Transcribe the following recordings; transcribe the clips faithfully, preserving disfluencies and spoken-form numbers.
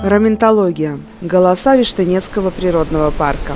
Раментология. Голоса Виштынецкого природного парка.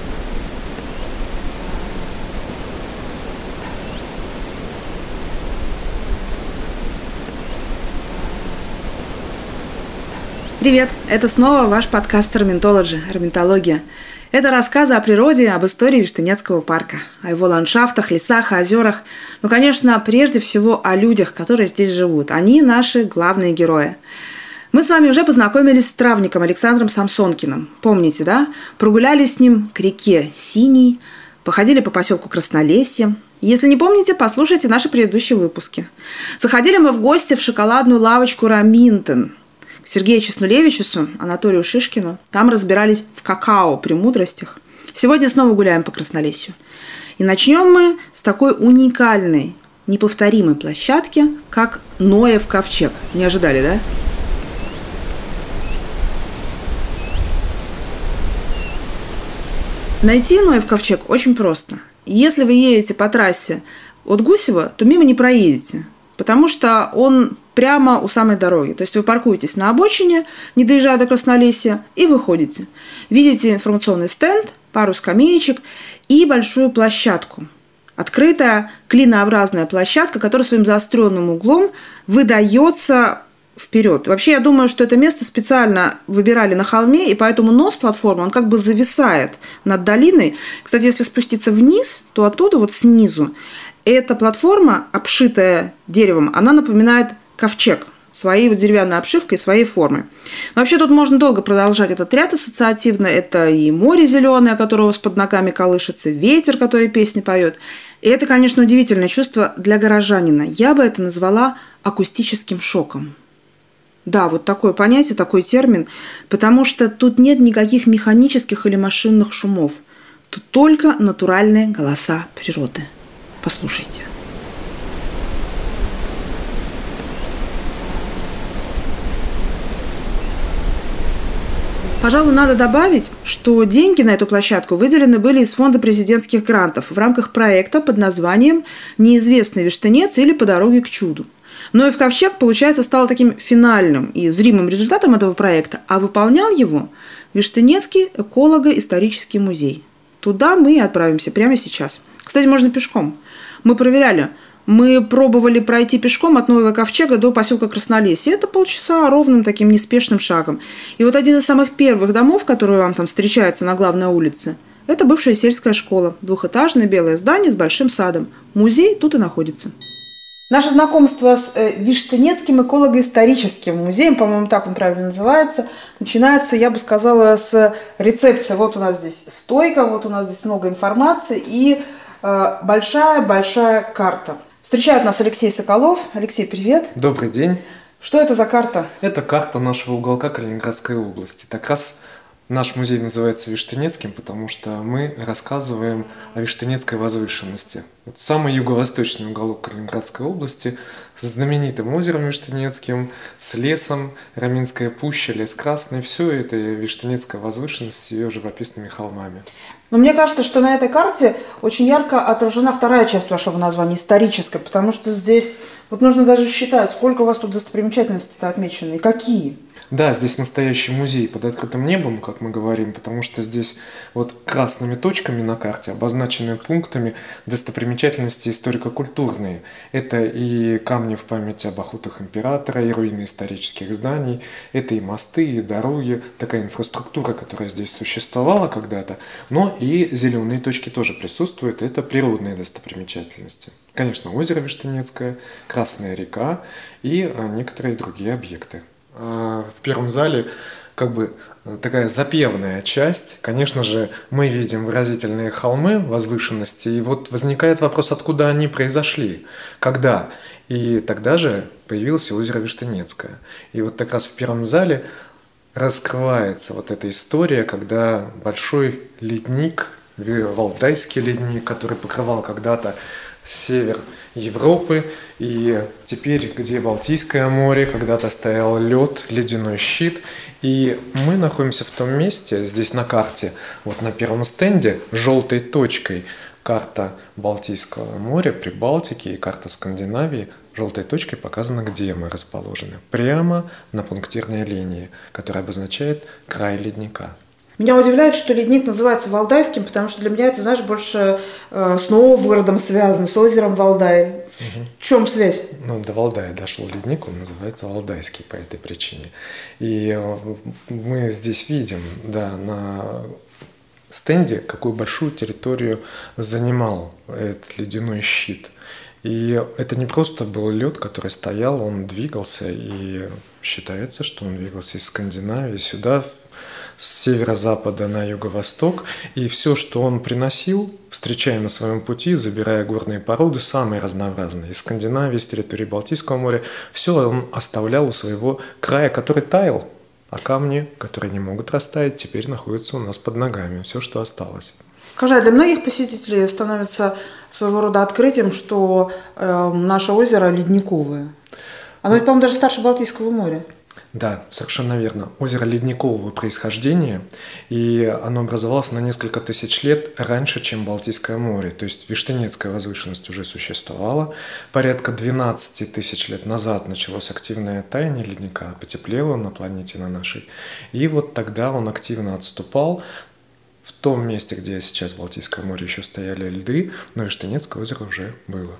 Привет! Это снова ваш подкаст «Раментологи», «Раментология». Это рассказы о природе, об истории Виштынецкого парка, о его ландшафтах, лесах, озерах. Ну, конечно, прежде всего о людях, которые здесь живут. Они наши главные герои. Мы с вами уже познакомились с травником Александром Самсонкиным. Помните, да? Прогулялись с ним к реке Синей, походили по поселку Краснолесье. Если не помните, послушайте наши предыдущие выпуски. Заходили мы в гости в шоколадную лавочку «Раминтон» к Сергею Чеснулевичусу, Анатолию Шишкину. Там разбирались в какао, премудростях. Сегодня снова гуляем по Краснолесью. И начнем мы с такой уникальной, неповторимой площадки, как Ноев ковчег. Не ожидали, да? Найти Ноев ковчег очень просто. Если вы едете по трассе от Гусева, то мимо не проедете, потому что он прямо у самой дороги. То есть вы паркуетесь на обочине, не доезжая до Краснолесья, и выходите. Видите информационный стенд, пару скамеечек и большую площадку. Открытая клинообразная площадка, которая своим заостренным углом выдается вперед. Вообще, я думаю, что это место специально выбирали на холме, и поэтому нос платформы, он как бы зависает над долиной. Кстати, если спуститься вниз, то оттуда, вот снизу, эта платформа, обшитая деревом, она напоминает ковчег своей вот деревянной обшивкой и своей формой. Но вообще тут можно долго продолжать этот ряд ассоциативно. Это и море зеленое, которое у вас под ногами колышется, ветер, который песни поет. И это, конечно, удивительное чувство для горожанина. Я бы это назвала акустическим шоком. Да, вот такое понятие, такой термин, потому что тут нет никаких механических или машинных шумов. Тут только натуральные голоса природы. Послушайте. Пожалуй, надо добавить, что деньги на эту площадку выделены были из фонда президентских грантов в рамках проекта под названием «Неизвестный Виштынец» или «По дороге к чуду». Ноев ковчег, получается, стал таким финальным и зримым результатом этого проекта, а выполнял его Виштынецкий эколого-исторический музей. Туда мы и отправимся прямо сейчас. Кстати, можно пешком. Мы проверяли. Мы пробовали пройти пешком от Ноева ковчега до поселка Краснолесье. Это полчаса ровным таким неспешным шагом. И вот один из самых первых домов, который вам там встречается на главной улице, это бывшая сельская школа. Двухэтажное белое здание с большим садом. Музей тут и находится. Наше знакомство с Виштынецким эколого-историческим музеем, по-моему, так он правильно называется, начинается, я бы сказала, с рецепции. Вот у нас здесь стойка, вот у нас здесь много информации и большая-большая э, карта. Встречает нас Алексей Соколов. Алексей, привет. Добрый день. Что это за карта? Это карта нашего уголка Калининградской области. Так раз наш музей называется Виштынецким, потому что мы рассказываем о Виштынецкой возвышенности. Вот самый юго-восточный уголок Калининградской области с знаменитым озером Виштынецким, с лесом, Раминская пуща, лес Красный. Все это Виштынецкая возвышенность с ее живописными холмами. Но мне кажется, что на этой карте очень ярко отражена вторая часть вашего названия, историческая, потому что здесь вот нужно даже считать, сколько у вас тут достопримечательностей отмечено и какие. Да, здесь настоящий музей под открытым небом, как мы говорим, потому что здесь вот красными точками на карте обозначены пунктами достопримечательности историко-культурные. Это и камни в память об охотах императора, и руины исторических зданий, это и мосты, и дороги, такая инфраструктура, которая здесь существовала когда-то, но и зеленые точки тоже присутствуют, это природные достопримечательности. Конечно, озеро Виштынецкое, Красная река и некоторые другие объекты. В первом зале как бы такая запевная часть. Конечно же, мы видим выразительные холмы, возвышенности, и вот возникает вопрос, откуда они произошли, когда. И тогда же появилось озеро Виштынецкое. И вот как раз в первом зале раскрывается вот эта история, когда большой ледник, Валтайский ледник, который покрывал когда-то север Европы, и теперь, где Балтийское море, когда-то стоял лед, ледяной щит, и мы находимся в том месте, здесь на карте, вот на первом стенде, желтой точкой, карта Балтийского моря, Прибалтики и карта Скандинавии желтой точкой показано, где мы расположены. Прямо на пунктирной линии, которая обозначает край ледника. Меня удивляет, что ледник называется Валдайским, потому что для меня это, знаешь, больше э, с Новгородом связано, с озером Валдай. Угу. В чем связь? Ну, до Валдая дошел ледник, он называется Валдайский по этой причине. И мы здесь видим, да, на стенде, какую большую территорию занимал этот ледяной щит. И это не просто был лед, который стоял, он двигался, и считается, что он двигался из Скандинавии сюда, с северо-запада на юго-восток, и все, что он приносил, встречая на своем пути, забирая горные породы, самые разнообразные, из Скандинавии, с территории Балтийского моря, все он оставлял у своего края, который таял, а камни, которые не могут растаять, теперь находятся у нас под ногами, все, что осталось. Скажи, а для многих посетителей становится своего рода открытием, что э, наше озеро ледниковое. Оно ведь, по-моему, даже старше Балтийского моря. Да, совершенно верно. Озеро ледникового происхождения, и оно образовалось на несколько тысяч лет раньше, чем Балтийское море. То есть Виштенецкая возвышенность уже существовала. Порядка двенадцать тысяч лет назад началось активное таяние ледника, потеплело на планете на нашей. И вот тогда он активно отступал. В том месте, где сейчас Балтийское море еще стояли льды, но Виштенецкое озеро уже было.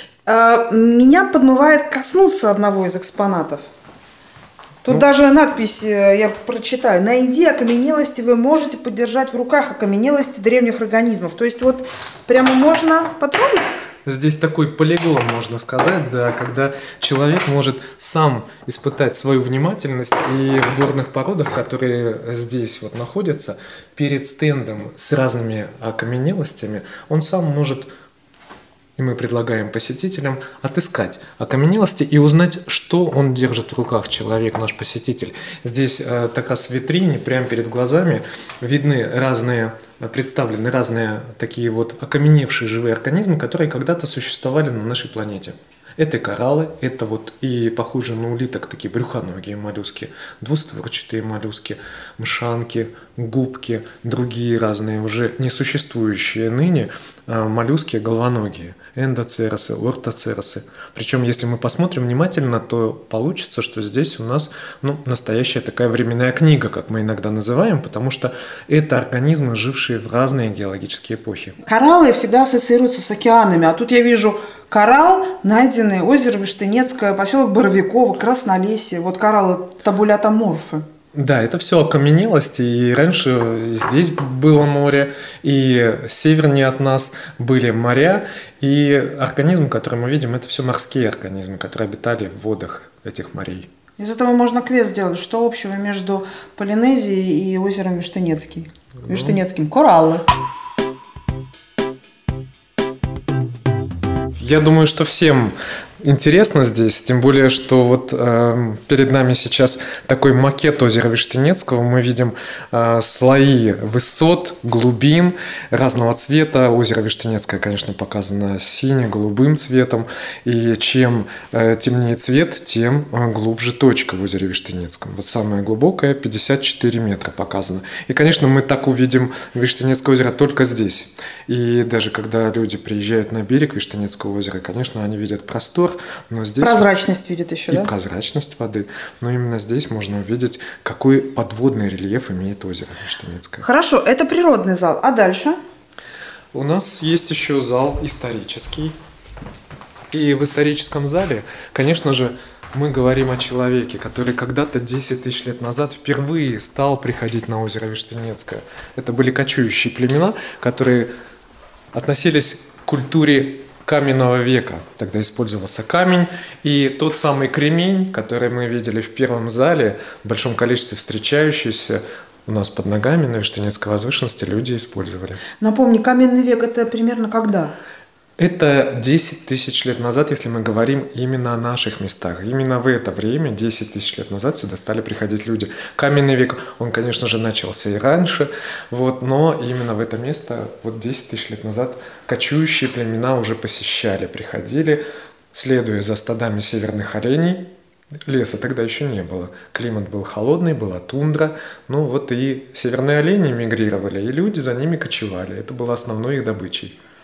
Меня подмывает коснуться одного из экспонатов. Тут ну, даже надпись, я прочитаю: «Найди окаменелости, вы можете подержать в руках окаменелости древних организмов». То есть вот прямо можно потрогать? Здесь такой полигон, можно сказать, да, когда человек может сам испытать свою внимательность, и в горных породах, которые здесь вот находятся, перед стендом с разными окаменелостями, он сам может... И мы предлагаем посетителям отыскать окаменелости и узнать, что он держит в руках, человек, наш посетитель. Здесь э, так раз в витрине, прямо перед глазами, видны разные, представлены разные такие вот окаменевшие живые организмы, которые когда-то существовали на нашей планете. Это кораллы, это вот и похожие на улиток такие брюхоногие моллюски, двустворчатые моллюски, мшанки, губки, другие разные уже несуществующие ныне моллюски головоногие, эндоцеросы, ортоцеросы. Причем, если мы посмотрим внимательно, то получится, что здесь у нас ну, настоящая такая временная книга, как мы иногда называем, потому что это организмы, жившие в разные геологические эпохи. Кораллы всегда ассоциируются с океанами, а тут я вижу коралл, найденный, озеро Виштенецкое, поселок Боровиково, Краснолесье. Вот кораллы табулятоморфы. Да, это все окаменелости, и раньше здесь было море, и севернее от нас были моря, и организмы, которые мы видим, это все морские организмы, которые обитали в водах этих морей. Из этого можно квест сделать. Что общего между Полинезией и озером Виштенецкий? Ну... Виштенецким? Кораллы. Я думаю, что всем интересно здесь, тем более, что вот э, перед нами сейчас такой макет озера Виштенецкого. Мы видим э, слои высот, глубин разного цвета. Озеро Виштенецкое, конечно, показано сине-голубым цветом. И чем э, темнее цвет, тем э, глубже точка в озере Виштенецком. Вот самая глубокая пятьдесят четыре метра показано. И, конечно, мы так увидим Виштенецкое озеро только здесь. И даже когда люди приезжают на берег Виштенецкого озера, конечно, они видят простор. Но здесь прозрачность видит еще, и да? И прозрачность воды. Но именно здесь можно увидеть, какой подводный рельеф имеет озеро Виштенецкое. Хорошо, это природный зал. А дальше? У нас есть еще зал исторический. И в историческом зале, конечно же, мы говорим о человеке, который когда-то десять тысяч лет назад впервые стал приходить на озеро Виштенецкое. Это были кочующие племена, которые относились к культуре каменного века. Тогда использовался камень, и тот самый кремень, который мы видели в первом зале, в большом количестве встречающийся у нас под ногами на Виштенецкой возвышенности, люди использовали. Напомни, каменный век – это примерно когда? Это десять тысяч лет назад, если мы говорим именно о наших местах. Именно в это время, десять тысяч лет назад, сюда стали приходить люди. Каменный век, он, конечно же, начался и раньше, вот, но именно в это место вот десять тысяч лет назад кочующие племена уже посещали, приходили, следуя за стадами северных оленей. Леса тогда еще не было. Климат был холодный, была тундра. Ну вот и северные олени мигрировали, и люди за ними кочевали. Это было основной их добычей.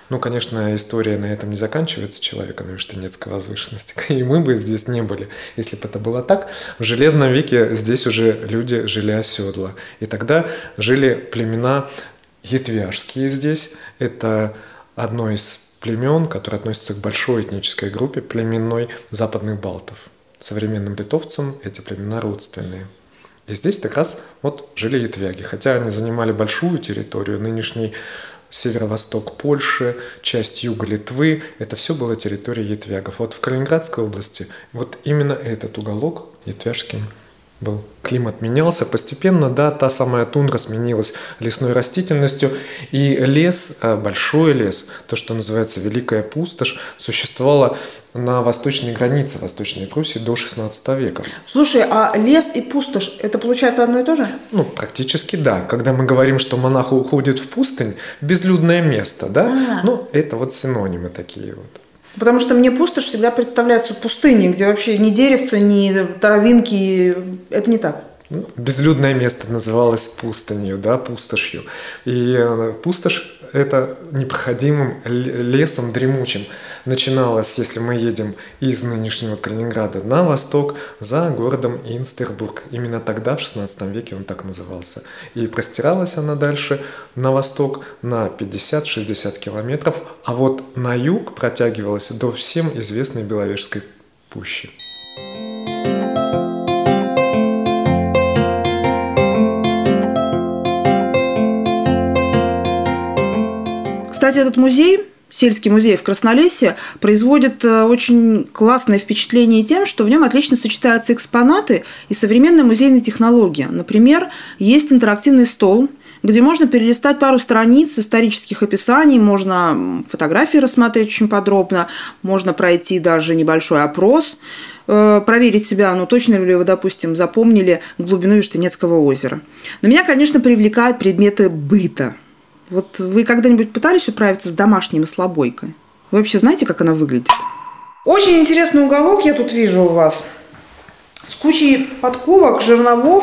Ну, конечно, история на этом не заканчивается человека на Виштенецкой возвышенности. И мы бы здесь не были, если бы это было так. В Железном веке здесь уже люди жили оседло. И тогда жили племена ятвяжские здесь. Это одно из племен, которое относится к большой этнической группе племенной западных балтов. Современным литовцам эти племена родственные. И здесь как раз вот жили ятвяги. Хотя они занимали большую территорию, нынешний северо-восток Польши, часть юга Литвы, это все было территория ятвягов. Вот в Калининградской области вот именно этот уголок ятвяжским был. Климат менялся постепенно, да, та самая тундра сменилась лесной растительностью, и лес, большой лес, то, что называется Великая Пустошь, существовало на восточной границе Восточной Пруссии до шестнадцатого века. Слушай, а лес и пустошь, это получается одно и то же? Ну, практически да. Когда мы говорим, что монах уходит в пустынь, безлюдное место, да, А-а-а. ну, это вот синонимы такие вот. Потому что мне пустошь всегда представляется пустыней, где вообще ни деревца, ни травинки. Это не так. Ну, безлюдное место называлось пустынью, да, пустошью. И пустошь – это непроходимым лесом дремучим. Начиналось, если мы едем из нынешнего Калининграда на восток, за городом Инстербург. Именно тогда, в шестнадцатом веке, он так назывался. И простиралась она дальше на восток на пятьдесят-шестьдесят километров, а вот на юг протягивалась до всем известной Беловежской пущи. Кстати, этот музей, сельский музей в Краснолесье, производит очень классное впечатление тем, что в нем отлично сочетаются экспонаты и современная музейная технология. Например, есть интерактивный стол, где можно перелистать пару страниц исторических описаний, можно фотографии рассмотреть очень подробно, можно пройти даже небольшой опрос, проверить себя, ну точно ли вы, допустим, запомнили глубину Виштенецкого озера. Но меня, конечно, привлекают предметы быта. Вот вы когда-нибудь пытались управиться с домашней маслобойкой? Вы вообще знаете, как она выглядит? Очень интересный уголок я тут вижу у вас. С кучей подковок, жерновов.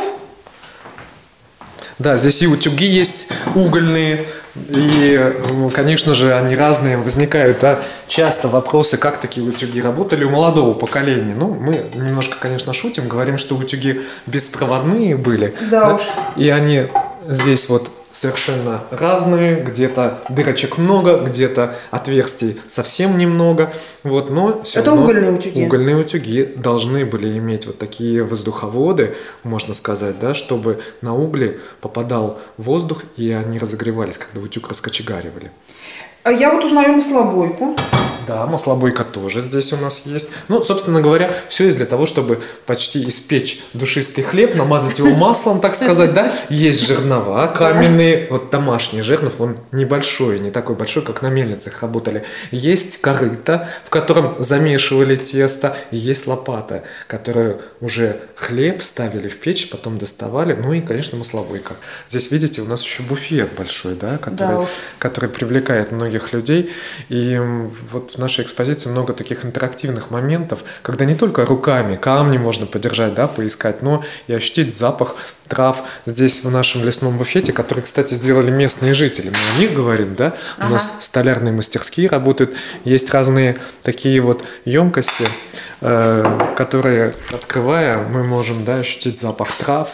Да, здесь и утюги есть угольные, и, конечно же, они разные возникают. Да? Часто вопросы, как такие утюги работали у молодого поколения. Ну, мы немножко, конечно, шутим, говорим, что утюги беспроводные были. Да, да? уж. И они здесь вот совершенно разные, где-то дырочек много, где-то отверстий совсем немного, вот, но все Это равно угольные утюги. Угольные утюги должны были иметь вот такие воздуховоды, можно сказать, да, чтобы на угли попадал воздух и они разогревались, когда утюг раскочегаривали. А я вот узнаю маслобойку. Да, маслобойка тоже здесь у нас есть. Ну, собственно говоря, все есть для того, чтобы почти испечь душистый хлеб, намазать его маслом, так сказать, да. Есть жернова каменные, вот домашний жернов, он небольшой, не такой большой, как на мельницах работали. Есть корыто, в котором замешивали тесто, и есть лопата, которую уже хлеб ставили в печь, потом доставали. Ну и, конечно, маслобойка. Здесь, видите, у нас еще буфет большой, да, который, да который привлекает многих людей. И вот в нашей экспозиции много таких интерактивных моментов, когда не только руками камни можно подержать, да, поискать, но и ощутить запах трав здесь в нашем лесном буфете, который, кстати, сделали местные жители. Мы о них говорим, да, ага. У нас столярные мастерские работают, есть разные такие вот емкости, э, которые, открывая, мы можем, да, ощутить запах трав,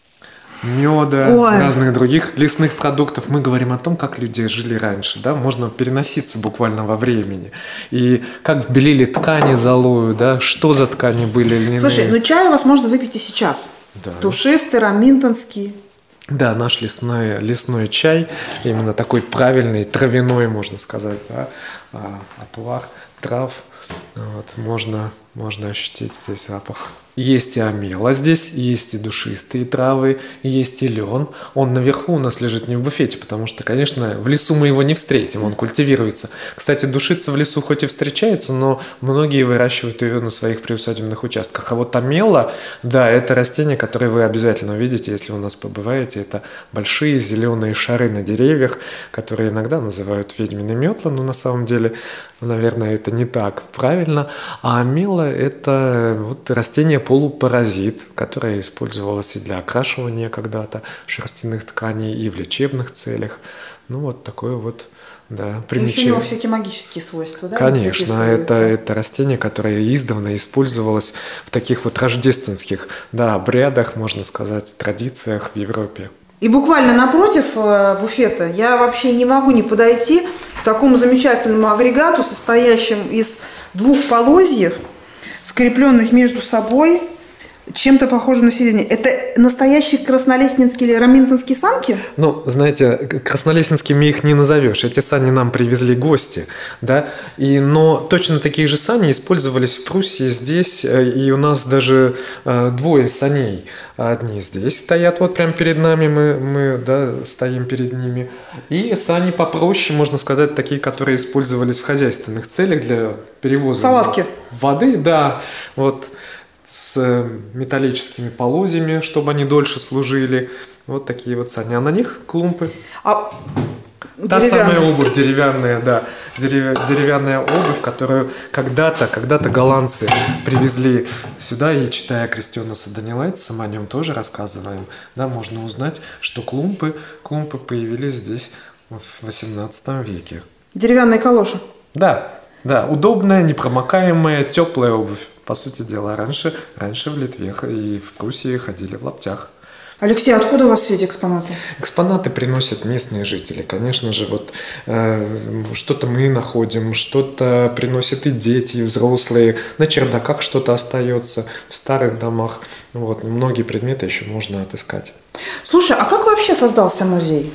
меда, Ой. разных других лесных продуктов. Мы говорим о том, как люди жили раньше, да, можно переноситься буквально во времени. И как белили ткани золою, да, что за ткани были льняные. Слушай, ну чай у вас можно выпить и сейчас. Да. Душистый, раминтонский. Да, наш лесной, лесной чай, именно такой правильный, травяной, можно сказать, да, отвар трав. Вот, можно, можно ощутить здесь запах. Есть и омела здесь, есть и душистые травы, есть и лен. Он наверху у нас лежит не в буфете, потому что, конечно, в лесу мы его не встретим, он культивируется. Кстати, душица в лесу хоть и встречается, но многие выращивают ее на своих приусадебных участках. А вот омела, да, это растение, которое вы обязательно увидите, если у нас побываете. Это большие зеленые шары на деревьях, которые иногда называют ведьмины метла, но на самом деле, наверное, это не так правильно. А омела – это вот растение полупаразит, которое использовалось и для окрашивания когда-то шерстяных тканей, и в лечебных целях. Ну, вот такое вот Да, примечают. И еще у него всякие магические свойства, да? Конечно, это, это растение, которое издавна использовалось в таких вот рождественских, да, обрядах, можно сказать, традициях в Европе. И буквально напротив буфета я вообще не могу не подойти к такому замечательному агрегату, состоящему из двух полозьев, скрепленных между собой, чем-то похожим на сиденье. Это настоящие краснолеснинские или раминтонские санки? Ну, знаете, краснолеснинскими их не назовешь. Эти сани нам привезли гости, да. И, но точно такие же сани использовались в Пруссии здесь, и у нас даже э, двое саней. Одни здесь стоят вот прямо перед нами, мы, мы да, стоим перед ними. И сани попроще, можно сказать, такие, которые использовались в хозяйственных целях для перевоза салазки. Воды, да, вот. С металлическими полозьями, чтобы они дольше служили. Вот такие вот сани. А на них клумпы. А Та самая обувь деревянная, да. Дерев... Деревянная обувь, которую когда-то, когда-то голландцы привезли сюда. И читая Крестионаса Данилайтиса, мы о нем тоже рассказываем. Да, можно узнать, что клумпы, клумпы появились здесь в восемнадцатом веке. Деревянные калоши. Да, да. Удобная, непромокаемая, теплая обувь. По сути дела, раньше, раньше в Литве и в Пруссии ходили в лаптях. Алексей, откуда у вас все эти экспонаты? Экспонаты приносят местные жители. Конечно же, вот э, что-то мы находим, что-то приносят и дети, и взрослые. На чердаках что-то остается, в старых домах. Вот, многие предметы еще можно отыскать. Слушай, а как вообще создался музей?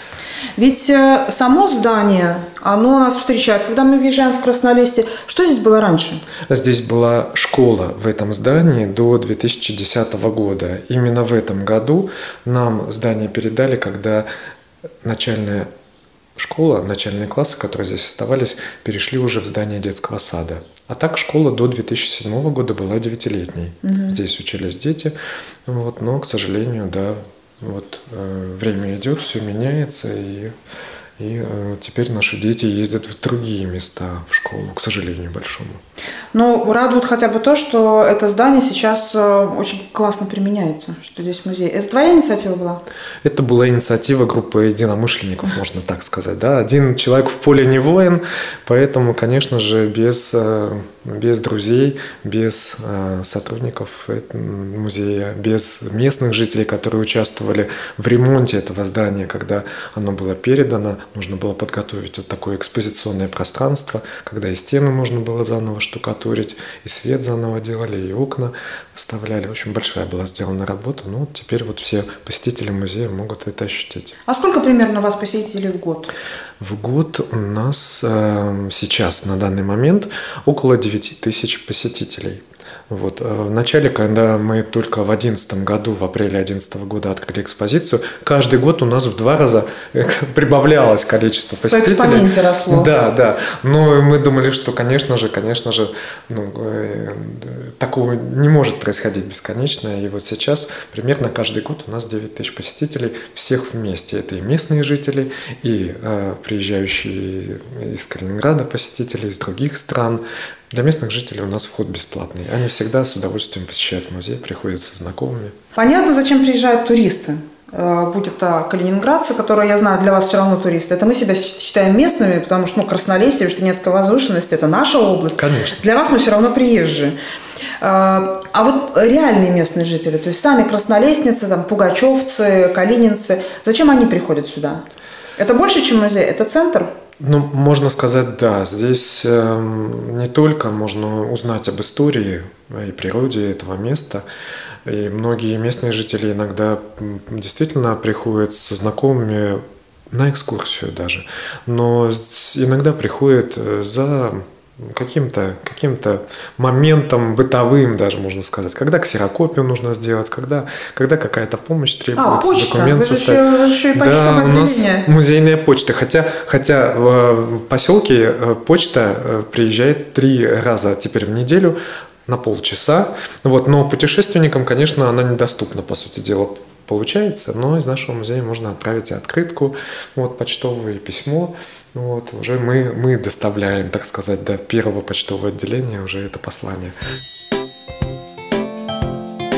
Ведь э, само здание, оно нас встречает, когда мы въезжаем в Краснолесье. Что здесь было раньше? Здесь была школа в этом здании до две тысячи десятого года. Именно в этом году нам здание передали, когда начальная школа, начальные классы, которые здесь оставались, перешли уже в здание детского сада. А так школа до две тысячи седьмого года была девятилетней. Угу. Здесь учились дети, вот, но, к сожалению, да, вот э, время идет, все меняется, и, и э, теперь наши дети ездят в другие места в школу, к сожалению, большому. Но радует хотя бы то, что это здание сейчас очень классно применяется, что здесь музей. Это твоя инициатива была? Это была инициатива группы единомышленников, можно так сказать. Да? Один человек в поле не воин, поэтому, конечно же, без, без друзей, без сотрудников музея, без местных жителей, которые участвовали в ремонте этого здания, когда оно было передано, нужно было подготовить вот такое экспозиционное пространство, когда и стены можно было заново штукатурить, и свет заново делали, и окна вставляли. В общем, большая была сделана работа. Ну, вот теперь вот все посетители музея могут это ощутить. А сколько примерно у вас посетителей в год? В год у нас э, сейчас, на данный момент, около девять тысяч посетителей. Вот. В начале, когда мы только в одиннадцатом году, в апреле две тысячи одиннадцатого года открыли экспозицию, каждый год у нас в два раза прибавлялось количество посетителей. По экспоненте росло. Да, да. Но мы думали, что, конечно же, конечно же, ну, такого не может происходить бесконечно. И вот сейчас примерно каждый год у нас девять тысяч посетителей, всех вместе. Это и местные жители, и э, приезжающие из Калининграда посетители, из других стран. Для местных жителей у нас вход бесплатный. Они всегда с удовольствием посещают музей, приходят со знакомыми. Понятно, зачем приезжают туристы. Будь это калининградцы, которые, я знаю, для вас все равно туристы. Это мы себя считаем местными, потому что ну, Краснолесье, Штанецкая возвышенность – это наша область. Конечно. Для вас мы все равно приезжие. А вот реальные местные жители, то есть сами краснолесницы, там, пугачевцы, калининцы, зачем они приходят сюда? Это больше, чем музей? Это центр? Ну, можно сказать, да. Здесь э, не только можно узнать об истории и природе этого места, и многие местные жители иногда действительно приходят со знакомыми на экскурсию даже, но иногда приходят за каким-то каким-то моментом бытовым даже, можно сказать, когда ксерокопию нужно сделать, когда, когда какая-то помощь требуется, а, почта. документ составить. Вы же еще и да, у нас музейная почта, хотя, хотя в поселке почта приезжает три раза теперь в неделю на полчаса, вот, но путешественникам, конечно, она недоступна, по сути дела, получается, но из нашего музея можно отправить и открытку, вот, почтовое, и письмо. Вот, уже мы, мы доставляем, так сказать, до первого почтового отделения уже это послание.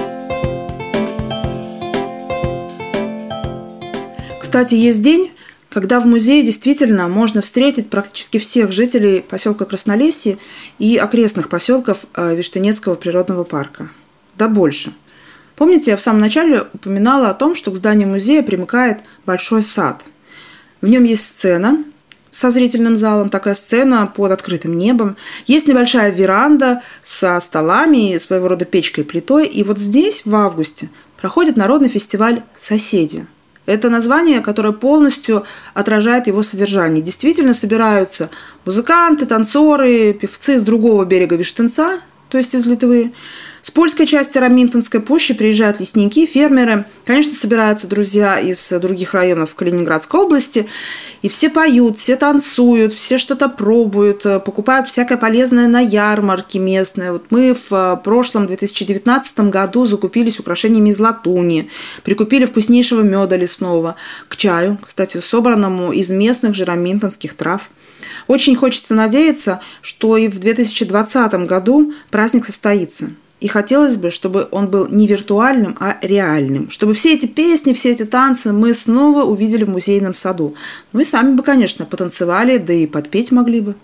Кстати, есть день, когда в музее действительно можно встретить практически всех жителей поселка Краснолесье и окрестных поселков Виштынецкого природного парка. Да больше. Помните, я в самом начале упоминала о том, что к зданию музея примыкает большой сад. В нем есть сцена со зрительным залом, такая сцена под открытым небом. Есть небольшая веранда со столами и своего рода печкой и плитой. И вот здесь в августе проходит народный фестиваль «Соседи». Это название, которое полностью отражает его содержание. Действительно собираются музыканты, танцоры, певцы с другого берега Виштынца, то есть из Литвы. С польской части Раминтонской пущи приезжают лесники, фермеры. Конечно, собираются друзья из других районов Калининградской области. И все поют, все танцуют, все что-то пробуют, покупают всякое полезное на ярмарке местные. Вот мы в прошлом две тысячи девятнадцатом году закупились украшениями из латуни, прикупили вкуснейшего меда лесного к чаю, кстати, собранному из местных же раминтонских трав. Очень хочется надеяться, что и в две тысячи двадцатом году праздник состоится. И хотелось бы, чтобы он был не виртуальным, а реальным. Чтобы все эти песни, все эти танцы мы снова увидели в музейном саду. Ну и сами бы, конечно, потанцевали, да и подпеть могли бы.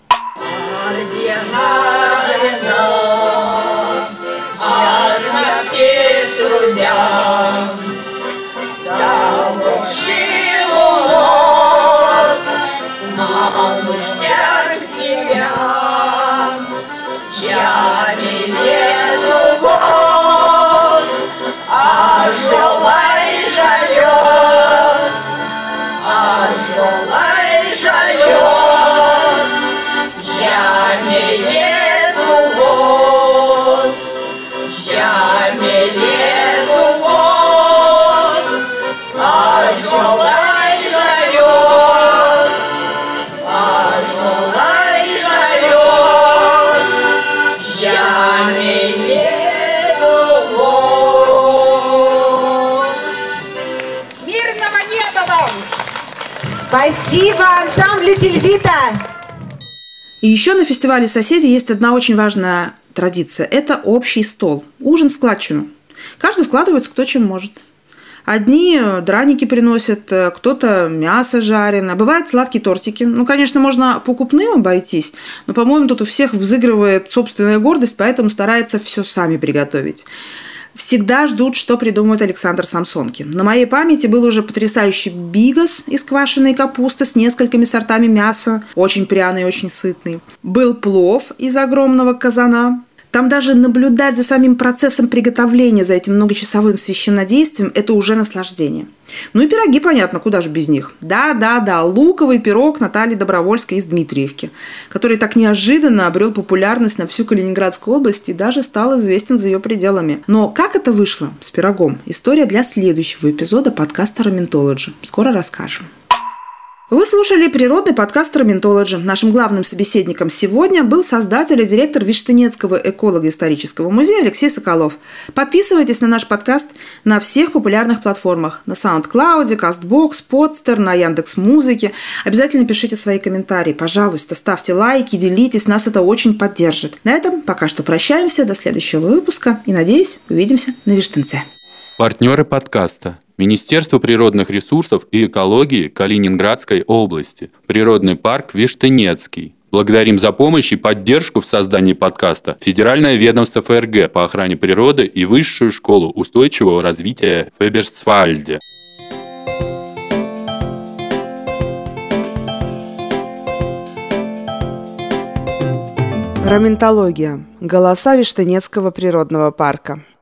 Спасибо ансамблю Тильзита! И еще на фестивале «Соседи» есть одна очень важная традиция. Это общий стол. Ужин в складчину. Каждый вкладывается кто чем может. Одни драники приносят, кто-то мясо жареное. Бывают сладкие тортики. Ну, конечно, можно покупным обойтись, но, по-моему, тут у всех взыгрывает собственная гордость, поэтому стараются все сами приготовить. Всегда ждут, что придумает Александр Самсонкин. На моей памяти был уже потрясающий бигос из квашеной капусты с несколькими сортами мяса, очень пряный и очень сытный. Был плов из огромного казана. Там даже наблюдать за самим процессом приготовления, за этим многочасовым священнодействием – это уже наслаждение. Ну и пироги, понятно, куда же без них. Да-да-да, луковый пирог Натальи Добровольской из Дмитриевки, который так неожиданно обрел популярность на всю Калининградскую область и даже стал известен за ее пределами. Но как это вышло с пирогом? История для следующего эпизода подкаста «Раминтологи». Скоро расскажем. Вы слушали природный подкаст «Раминтологи». Нашим главным собеседником сегодня был создатель и директор Виштынецкого эколого-исторического музея Алексей Соколов. Подписывайтесь на наш подкаст на всех популярных платформах. На SoundCloud, CastBox, Podster, на Яндекс.Музыке. Обязательно пишите свои комментарии. Пожалуйста, ставьте лайки, делитесь. Нас это очень поддержит. На этом пока что прощаемся. До следующего выпуска. И, надеюсь, увидимся на Виштынце. Партнеры подкаста. Министерство природных ресурсов и экологии Калининградской области. Природный парк Виштынецкий. Благодарим за помощь и поддержку в создании подкаста Федеральное ведомство ФРГ по охране природы и Высшую школу устойчивого развития в Эберсвальде. Раминтология. Голоса Виштынецкого природного парка.